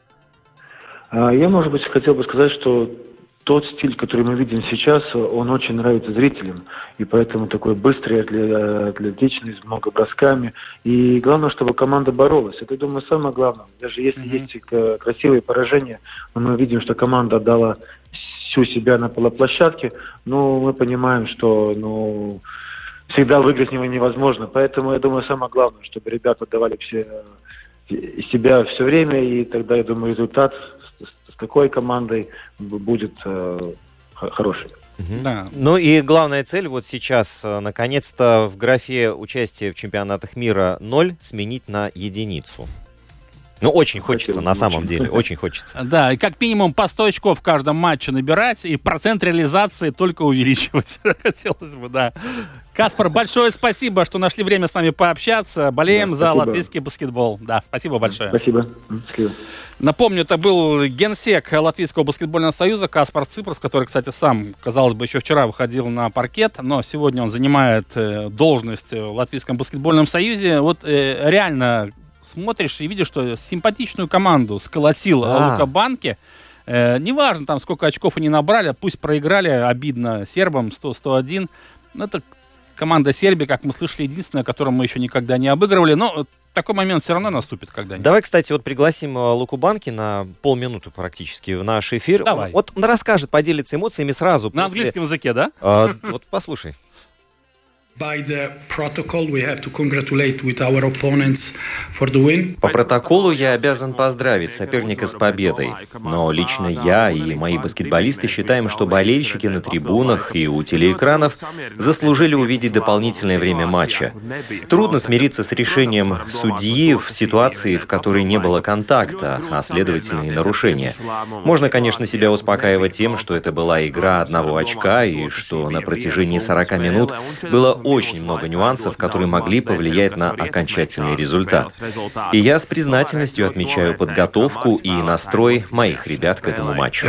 Speaker 11: Я, может быть, хотел бы сказать, что тот стиль, который мы видим сейчас, он очень нравится зрителям, и поэтому такой быстрый, атлетичный, с много бросками. И главное, чтобы команда боролась. Это, думаю, самое главное. Даже если есть красивые поражения, но мы видим, что команда отдала всю себя на полуплощадке, мы понимаем, что всегда выиграть с него невозможно. Поэтому, я думаю, самое главное, чтобы ребята отдавали себя все время, и тогда, я думаю, результат какой командой будет хорошей.
Speaker 2: Да.
Speaker 3: Ну и главная цель вот сейчас, наконец-то, в графе участия в чемпионатах мира 0 сменить на 1. Ну, очень хочется, на самом деле, очень хочется.
Speaker 2: Да, и как минимум по 100 очков в каждом матче набирать, и процент реализации только увеличивать. Хотелось бы, да. Каспар, большое спасибо, что нашли время с нами пообщаться. Болеем за латвийский баскетбол. Да, спасибо большое.
Speaker 11: Спасибо.
Speaker 2: Напомню, это был генсек Латвийского баскетбольного союза Каспар Ципрос, который, кстати, сам, казалось бы, еще вчера выходил на паркет, но сегодня он занимает должность в Латвийском баскетбольном союзе. Вот реально смотришь и видишь, что симпатичную команду сколотил Лука Банки. Неважно, там, сколько очков они набрали, пусть проиграли, обидно сербам 100-101. Но это команда Сербии, как мы слышали, единственная, которую мы еще никогда не обыгрывали. Но такой момент все равно наступит когда-нибудь.
Speaker 3: Давай, кстати, вот пригласим Луку Банки на полминуты практически в наш эфир.
Speaker 2: Давай.
Speaker 3: Вот он расскажет, поделится эмоциями сразу.
Speaker 2: На английском языке, да?
Speaker 3: Вот послушай. По протоколу я обязан поздравить соперника с победой, но лично я и мои баскетболисты считаем, что болельщики на трибунах и у телеэкранов заслужили увидеть дополнительное время матча. Трудно смириться с решением судьи в ситуации, в которой не было контакта, а следовательно и нарушения. Можно, конечно, себя успокаивать тем, что это была игра 1 очка и что на протяжении 40 минут было очень много нюансов, которые могли повлиять на окончательный результат. И я с признательностью отмечаю подготовку и настрой моих ребят к этому матчу.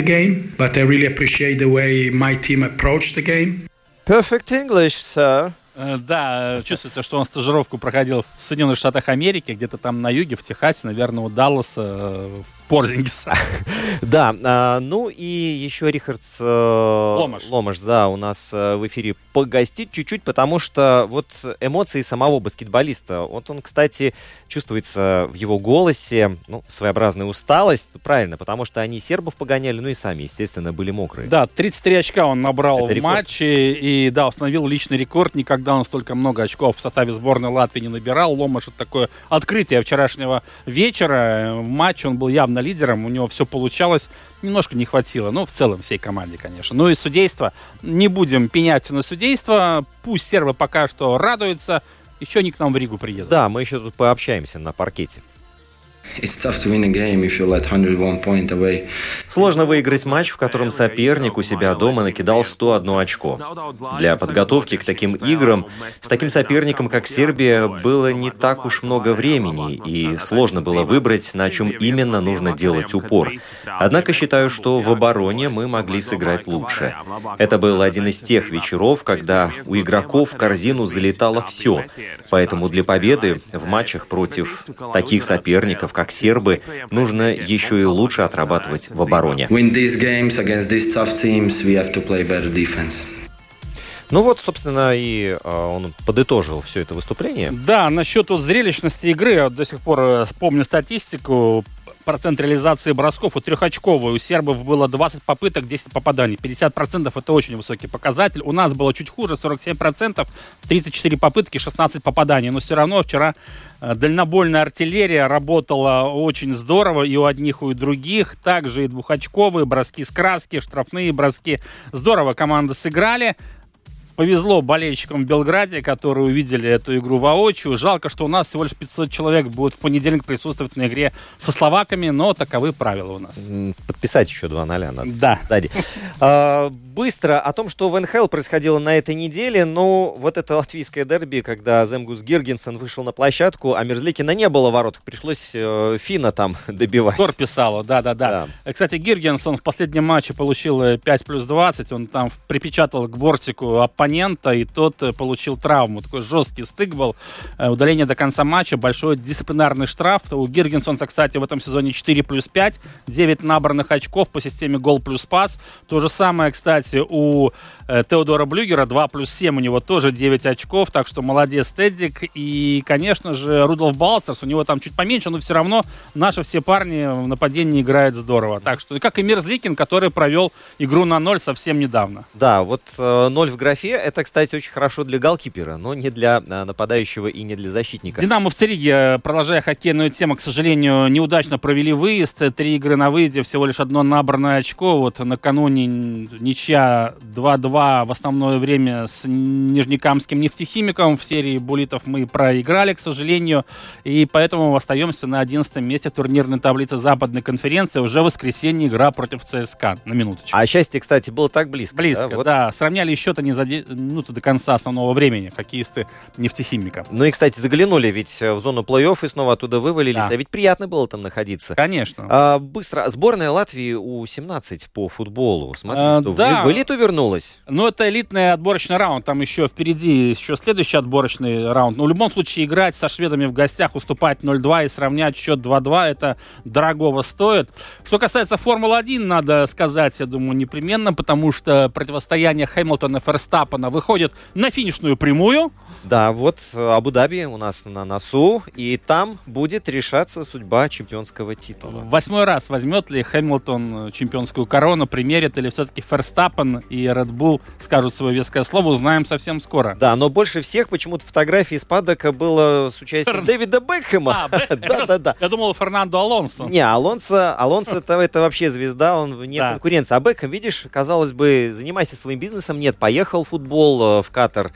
Speaker 3: Perfect English, sir.
Speaker 2: Да, чувствуется, что он стажировку проходил в Соединенных Штатах Америки, где-то там на юге, в Техасе, наверное, у Далласа, Порзингиса.
Speaker 3: Да, ну и еще Рихардс Ломаш, да, у нас в эфире погостит чуть-чуть, потому что вот эмоции самого баскетболиста, вот он, кстати, чувствуется в его голосе, ну, своеобразная усталость, правильно, потому что они сербов погоняли, ну и сами, естественно, были мокрые.
Speaker 2: Да, 33 очка он набрал в матче и, да, установил личный рекорд, никогда он столько много очков в составе сборной Латвии не набирал. Ломаш — это такое открытие вчерашнего вечера, в матче он был явно лидером, у него все получалось, немножко не хватило, но в целом всей команде, конечно. Ну и судейство, не будем пенять на судейство, пусть сербы пока что радуются, еще не к нам в Ригу приедут.
Speaker 3: Да, мы еще тут пообщаемся на паркете. Сложно выиграть матч, в котором соперник у себя дома накидал 101 очко. Для подготовки к таким играм с таким соперником, как Сербия, было не так уж много времени, и сложно было выбрать, на чем именно нужно делать упор. Однако считаю, что в обороне мы могли сыграть лучше. Это был один из тех вечеров, когда у игроков в корзину залетало все. Поэтому для победы в матчах против таких соперников, как сербы, нужно еще и лучше отрабатывать в обороне. Ну вот, собственно, и он подытожил все это выступление.
Speaker 2: Да, насчет вот зрелищности игры, я до сих пор помню статистику. Процент реализации бросков у трехочковой. У сербов было 20 попыток, 10 попаданий. 50% это очень высокий показатель. У нас было чуть хуже, 47%, 34 попытки, 16 попаданий. Но все равно вчера дальнобойная артиллерия работала очень здорово и у одних, и у других. Также и двухочковые, броски с краски, штрафные броски. Здорово команды сыграли. Повезло болельщикам в Белграде, которые увидели эту игру воочию. Жалко, что у нас всего лишь 500 человек будут в понедельник присутствовать на игре со словаками, но таковы правила у нас.
Speaker 3: Подписать еще 2-0 надо.
Speaker 2: Да.
Speaker 3: Сзади. Быстро о том, что в НХЛ происходило на этой неделе. Ну, вот это латвийское дерби, когда Земгус Гиргенсен вышел на площадку, а Мерзликина не было в воротах. Пришлось Финна там добивать.
Speaker 2: Тор писало, да. Кстати, Гиргенсон в последнем матче получил 5+20. Он там припечатал к бортику оппонента, и тот получил травму. Такой жесткий стык был. Удаление до конца матча, большой дисциплинарный штраф. У Гиргенсона, кстати, в этом сезоне 4+5, 9 набранных очков по системе гол плюс пас. То же самое, кстати, у Теодора Блюгера 2+7, у него тоже 9 очков, так что молодец Теддик. И, конечно же, Рудольф Балсерс, у него там чуть поменьше, но все равно наши все парни в нападении играют здорово. Так что, как и Мерзликин, который провел игру на 0 совсем недавно.
Speaker 3: Да, вот 0 в графе вообще это, кстати, очень хорошо для голкипера, но не для нападающего и не для защитника.
Speaker 2: «Динамо» в Риге, продолжая хоккейную тему, к сожалению, неудачно провели выезд. 3 игры на выезде, всего лишь одно набранное очко. Вот накануне ничья 2-2 в основное время с Нижнекамским нефтехимиком. В серии буллитов мы проиграли, к сожалению. И поэтому остаемся на 11 месте турнирной таблицы Западной конференции. Уже в воскресенье игра против ЦСКА. На минуточку.
Speaker 3: А счастье, кстати, было так близко.
Speaker 2: Близко,
Speaker 3: да? Вот.
Speaker 2: да. Сравняли счета не за 2 минуты до конца основного времени хоккеисты нефтехимика.
Speaker 3: Ну и, кстати, заглянули ведь в зону плей-офф и снова оттуда вывалились.
Speaker 2: Да.
Speaker 3: А ведь приятно было там находиться.
Speaker 2: Конечно.
Speaker 3: Быстро. Сборная Латвии У-17 по футболу. Смотри, что
Speaker 2: да.
Speaker 3: в элиту вернулась.
Speaker 2: Ну, это элитный отборочный раунд. Там еще впереди еще следующий отборочный раунд. Но в любом случае играть со шведами в гостях, уступать 0-2 и сравнять счет 2-2, это дорогого стоит. Что касается Формулы-1, надо сказать, я думаю, непременно, потому что противостояние Хэмилтона и Ферстаппена выходит на финишную прямую.
Speaker 3: Да, вот Абу-Даби у нас на носу, и там будет решаться судьба чемпионского титула.
Speaker 2: 8-й раз возьмет ли Хэмилтон чемпионскую корону, примерит, или все-таки Ферстаппен и Red Bull скажут свое веское слово, узнаем совсем скоро.
Speaker 3: Да, но больше всех почему-то фотографий из паддока было с участием Дэвида Бекхэма. Да.
Speaker 2: Я думал, Фернандо Алонсо.
Speaker 3: Не, Алонсо это вообще звезда, он вне конкуренции. А Бекхэм, видишь, казалось бы, занимайся своим бизнесом. Нет, поехал футбол в Катар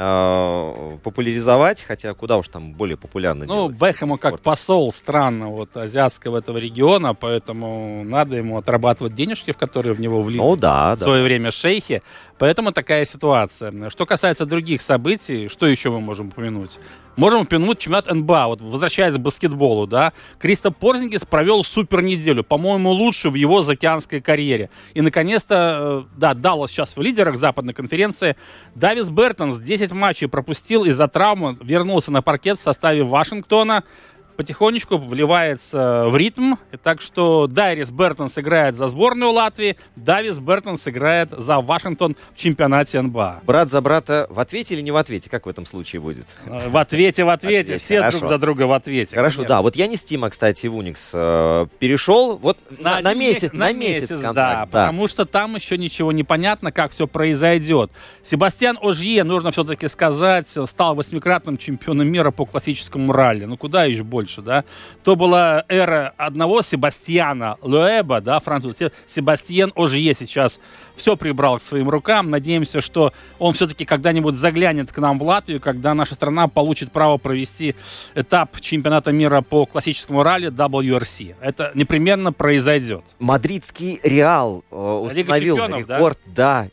Speaker 3: популяризовать, хотя куда уж там более популярно делать.
Speaker 2: Ну, Бекхэм как посол стран азиатского этого региона, поэтому надо ему отрабатывать денежки, в которые в него влили в свое время шейхи. Поэтому такая ситуация. Что касается других событий, что еще мы можем упомянуть? Можем упомянуть чемпионат НБА. Вот возвращаясь к баскетболу, да, Кристоф Порзингис провел супер неделю, по-моему, лучшую в его заокеанской карьере. И, наконец-то, Даллас сейчас в лидерах западной конференции. Давис Бертонс 10 матчей пропустил из-за травмы, вернулся на паркет в составе Вашингтона. Потихонечку вливается в ритм. Так что Дайрис Бертонс играет за сборную Латвии, Давис Бертонс играет за Вашингтон в чемпионате НБА.
Speaker 3: Брат за брата в ответе или не в ответе? Как в этом случае будет?
Speaker 2: В ответе. Все
Speaker 3: Хорошо.
Speaker 2: Друг за друга в ответе.
Speaker 3: Хорошо, конечно. Да. Вот Янис Тима, кстати, в Уникс перешел вот на месяц контракт.
Speaker 2: Да, потому что там еще ничего не понятно, как все произойдет. Себастьян Ожье, нужно все-таки сказать, стал 8-кратным чемпионом мира по классическому ралли. Ну куда еще больше? Да? То была эра одного Себастьяна Лоэба, да, француз. Себастьян Ожье сейчас все прибрал к своим рукам. Надеемся, что он все-таки когда-нибудь заглянет к нам в Латвию, когда наша страна получит право провести этап чемпионата мира по классическому ралли WRC. Это непременно произойдет.
Speaker 3: Мадридский Реал установил рекорд, да,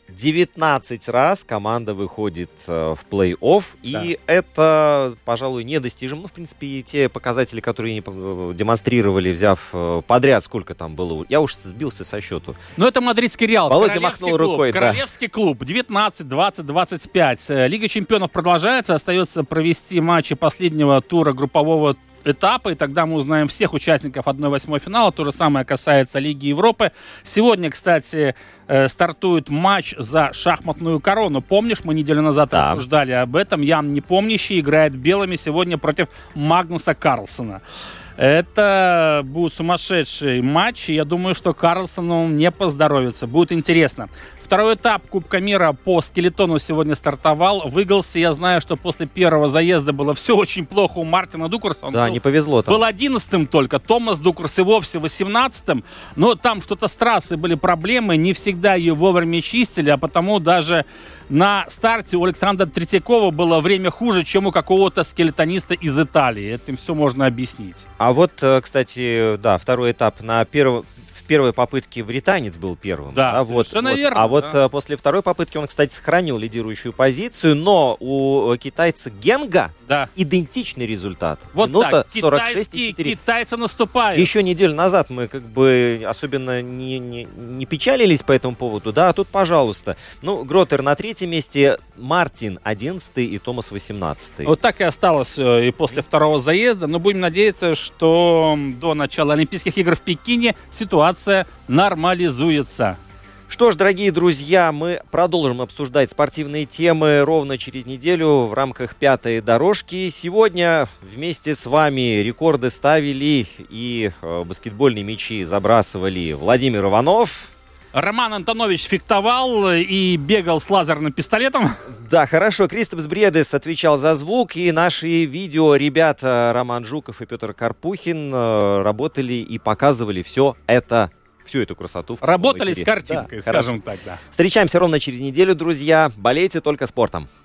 Speaker 3: 19 раз команда выходит в плей-офф, и это, пожалуй, недостижимо. Ну, в принципе, и те показатели, которые они демонстрировали, взяв подряд, сколько там было, я уж сбился со счету.
Speaker 2: Но это мадридский Реал.
Speaker 3: Володя махнул рукой.
Speaker 2: Королевский клуб. 19, 20, 25. Лига чемпионов продолжается. Остается провести матчи последнего тура группового этапа, и тогда мы узнаем всех участников 1/8 финала. То же самое касается Лиги Европы. Сегодня, кстати, стартует матч за шахматную корону. Помнишь, мы неделю назад обсуждали об этом. Ян Непомнящий играет белыми сегодня против Магнуса Карлсона. Это будет сумасшедший матч, и я думаю, что Карлсону не поздоровится. Будет интересно. Второй этап Кубка мира по скелетону сегодня стартовал. Выигрался, я знаю, что после первого заезда было все очень плохо у Мартина Дукурса. Он
Speaker 3: не повезло там.
Speaker 2: Был 11-м только. Томас Дукурс и вовсе 18-м. Но там что-то с трассой были проблемы. Не всегда ее вовремя чистили, а потому даже на старте у Александра Третьякова было время хуже, чем у какого-то скелетониста из Италии. Этим все можно объяснить.
Speaker 3: А вот, кстати, да, второй этап в первой попытке британец был первым.
Speaker 2: Да, совершенно верно.
Speaker 3: А вот после второй попытки он, кстати, сохранил лидирующую позицию, но у китайца Генга идентичный результат.
Speaker 2: Вот
Speaker 3: минута
Speaker 2: так, китайцы наступают.
Speaker 3: Еще неделю назад мы как бы особенно не печалились по этому поводу, да, а тут, пожалуйста. Ну, Гротер на 3-м месте, Мартин 11-й и Томас 18-й.
Speaker 2: Вот так и осталось и после второго заезда, но будем надеяться, что до начала Олимпийских игр в Пекине ситуация нормализуется.
Speaker 3: Что ж, дорогие друзья, мы продолжим обсуждать спортивные темы ровно через неделю в рамках «Пятой дорожки». Сегодня вместе с вами рекорды ставили и баскетбольные мячи забрасывали Владимир Иванов.
Speaker 2: Роман Антонович фехтовал и бегал с лазерным пистолетом.
Speaker 3: Да, хорошо. Кристопс Бредес отвечал за звук, и наши видео ребята Роман Жуков и Петр Карпухин работали и показывали всю эту красоту.
Speaker 2: Работали с картинкой, да, скажем так, да.
Speaker 3: Встречаемся ровно через неделю, друзья. Болейте только спортом.